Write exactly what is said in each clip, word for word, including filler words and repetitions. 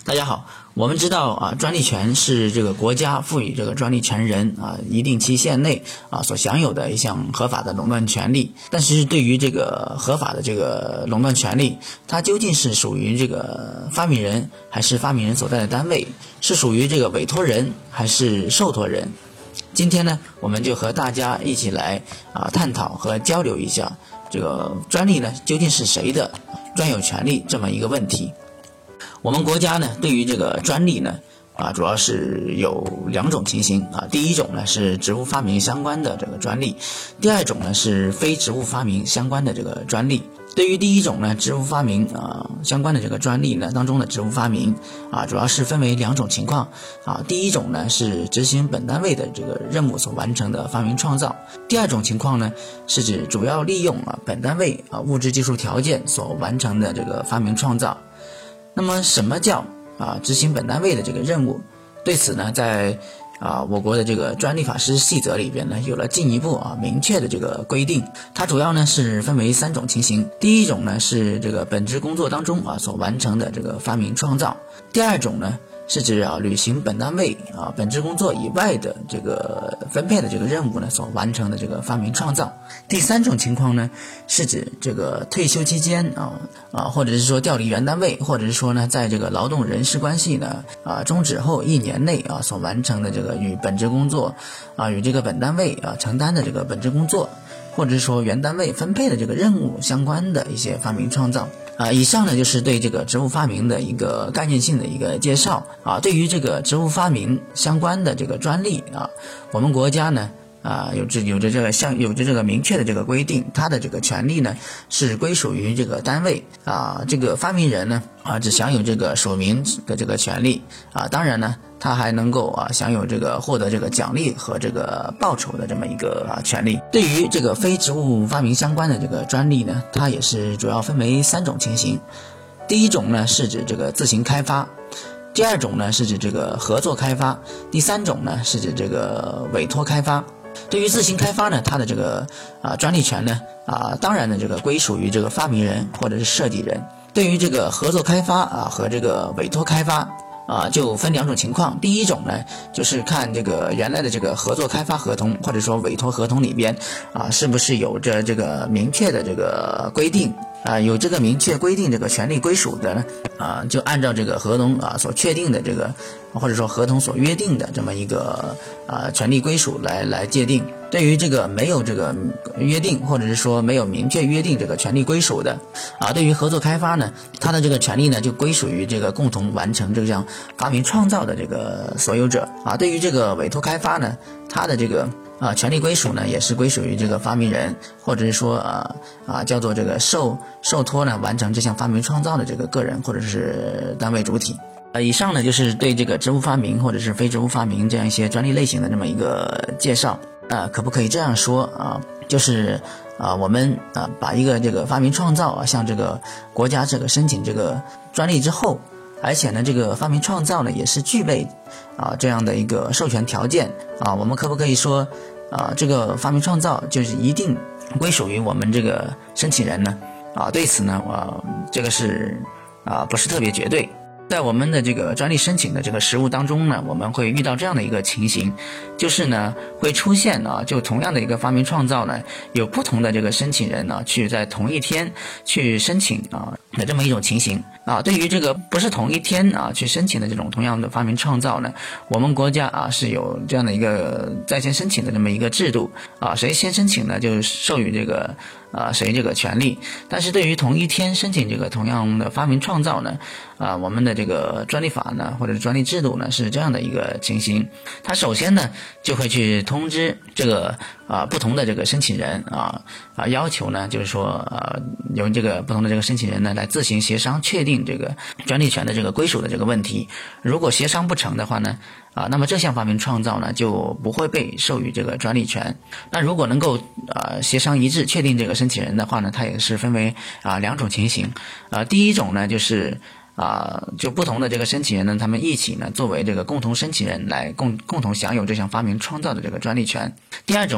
大家好，我们知道啊，专利权是这个国家赋予这个专利权人啊一定期限内啊所享有的一项合法的垄断权利。但是对于这个合法的这个垄断权利，它究竟是属于这个发明人，还是发明人所在的单位，是属于这个委托人还是受托人？今天呢，我们就和大家一起来啊探讨和交流一下这个专利呢究竟是谁的专有权利这么一个问题。我们国家呢，对于这个专利呢，啊，主要是有两种情形啊。第一种呢是植物发明相关的这个专利，第二种呢是非植物发明相关的这个专利。对于第一种呢，植物发明啊相关的这个专利呢当中的植物发明啊，主要是分为两种情况啊。第一种呢是执行本单位的这个任务所完成的发明创造，第二种情况呢是指主要利用啊本单位啊物质技术条件所完成的这个发明创造。那么什么叫啊执行本单位的这个任务？对此呢，在啊我国的这个专利法实施细则里边呢，有了进一步啊明确的这个规定。它主要呢是分为三种情形。第一种呢是这个本职工作当中啊所完成的这个发明创造。第二种呢是指啊履行本单位啊本职工作以外的这个分配的这个任务呢所完成的这个发明创造。第三种情况呢是指这个退休期间啊啊或者是说调离原单位，或者是说呢在这个劳动人事关系呢啊终止后一年内啊所完成的这个与本职工作啊与这个本单位啊承担的这个本职工作，或者是说原单位分配的这个任务相关的一些发明创造。啊，以上呢就是对这个植物发明的一个概念性的一个介绍啊。对于这个植物发明相关的这个专利啊，我们国家呢啊有着有着这个像有着这个明确的这个规定，它的这个权利呢是归属于这个单位啊，这个发明人呢啊只享有这个署名的这个权利啊，当然呢他还能够啊享有这个获得这个奖励和这个报酬的这么一个啊权利。对于这个非植物发明相关的这个专利呢，它也是主要分为三种情形。第一种呢是指这个自行开发，第二种呢是指这个合作开发，第三种呢是指这个委托开发。对于自行开发呢，它的这个啊专利权呢啊当然呢这个归属于这个发明人或者是设计人。对于这个合作开发啊和这个委托开发啊，就分两种情况。第一种呢，就是看这个原来的这个合作开发合同或者说委托合同里边啊，是不是有着这个明确的这个规定啊，有这个明确规定这个权利归属的呢啊，就按照这个合同啊所确定的这个或者说合同所约定的这么一个啊权利归属来来界定。对于这个没有这个约定或者是说没有明确约定这个权利归属的啊，对于合作开发呢，它的这个权利呢就归属于这个共同完成这项发明创造的这个所有者啊。对于这个委托开发呢，它的这个啊权利归属呢也是归属于这个发明人，或者是说啊啊叫做这个受受托呢完成这项发明创造的这个个人或者是单位主体。呃，以上呢就是对这个植物发明或者是非植物发明这样一些专利类型的这么一个介绍。呃，可不可以这样说啊？就是啊，我们啊把一个这个发明创造啊向这个国家这个申请这个专利之后，而且呢这个发明创造呢也是具备啊这样的一个授权条件啊，我们可不可以说啊这个发明创造就是一定归属于我们这个申请人呢？啊，对此呢，我这个是啊不是特别绝对。在我们的这个专利申请的这个实务当中呢，我们会遇到这样的一个情形，就是呢会出现啊，就同样的一个发明创造呢，有不同的这个申请人呢，去在同一天去申请啊的这么一种情形啊。对于这个不是同一天啊去申请的这种同样的发明创造呢，我们国家啊是有这样的一个在线申请的这么一个制度啊，谁先申请呢就授予这个啊谁这个权利。但是对于同一天申请这个同样的发明创造呢，啊我们的这个专利法呢或者是专利制度呢是这样的一个情形，它首先呢就会去通知这个啊不同的这个申请人啊啊要求呢就是说啊由这个不同的这个申请人呢来自行协商确定这个专利权的这个归属的这个问题。如果协商不成的话呢啊那么这项发明创造呢就不会被授予这个专利权。那如果能够啊协商一致确定这个申请人的话呢，它也是分为啊两种情形。啊第一种呢就是啊，就不同的这个申请人呢，他们一起呢作为这个共同申请人来共共同享有这项发明创造的这个专利权。第二种呢，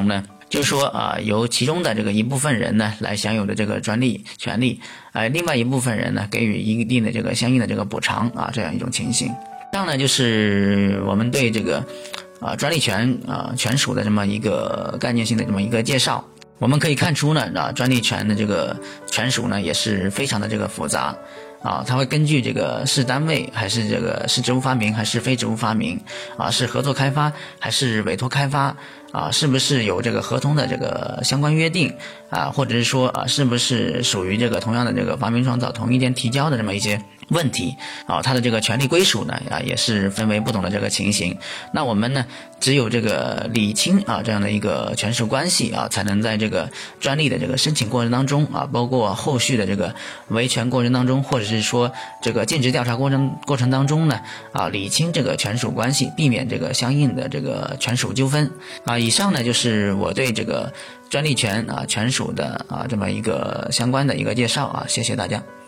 就是说啊，由其中的这个一部分人呢来享有的这个专利权利，呃，另外一部分人呢给予一定的这个相应的这个补偿啊，这样一种情形。以上呢就是我们对这个啊专利权啊权属的这么一个概念性的这么一个介绍。我们可以看出呢，啊，专利权的这个权属呢也是非常的这个复杂啊，它会根据这个是单位还是这个是职务发明还是非职务发明啊，是合作开发还是委托开发啊，是不是有这个合同的这个相关约定啊，或者是说啊，是不是属于这个同样的这个发明创造同一天提交的这么一些问题啊，它的这个权利归属呢啊也是分为不同的这个情形。那我们呢只有这个理清啊这样的一个权属关系啊，才能在这个专利的这个申请过程当中啊，包括后续的这个维权过程当中，或者是说这个尽职调查过程过程当中呢啊，理清这个权属关系，避免这个相应的这个权属纠纷啊。以上呢就是我对这个专利权啊权属的啊这么一个相关的一个介绍啊，谢谢大家。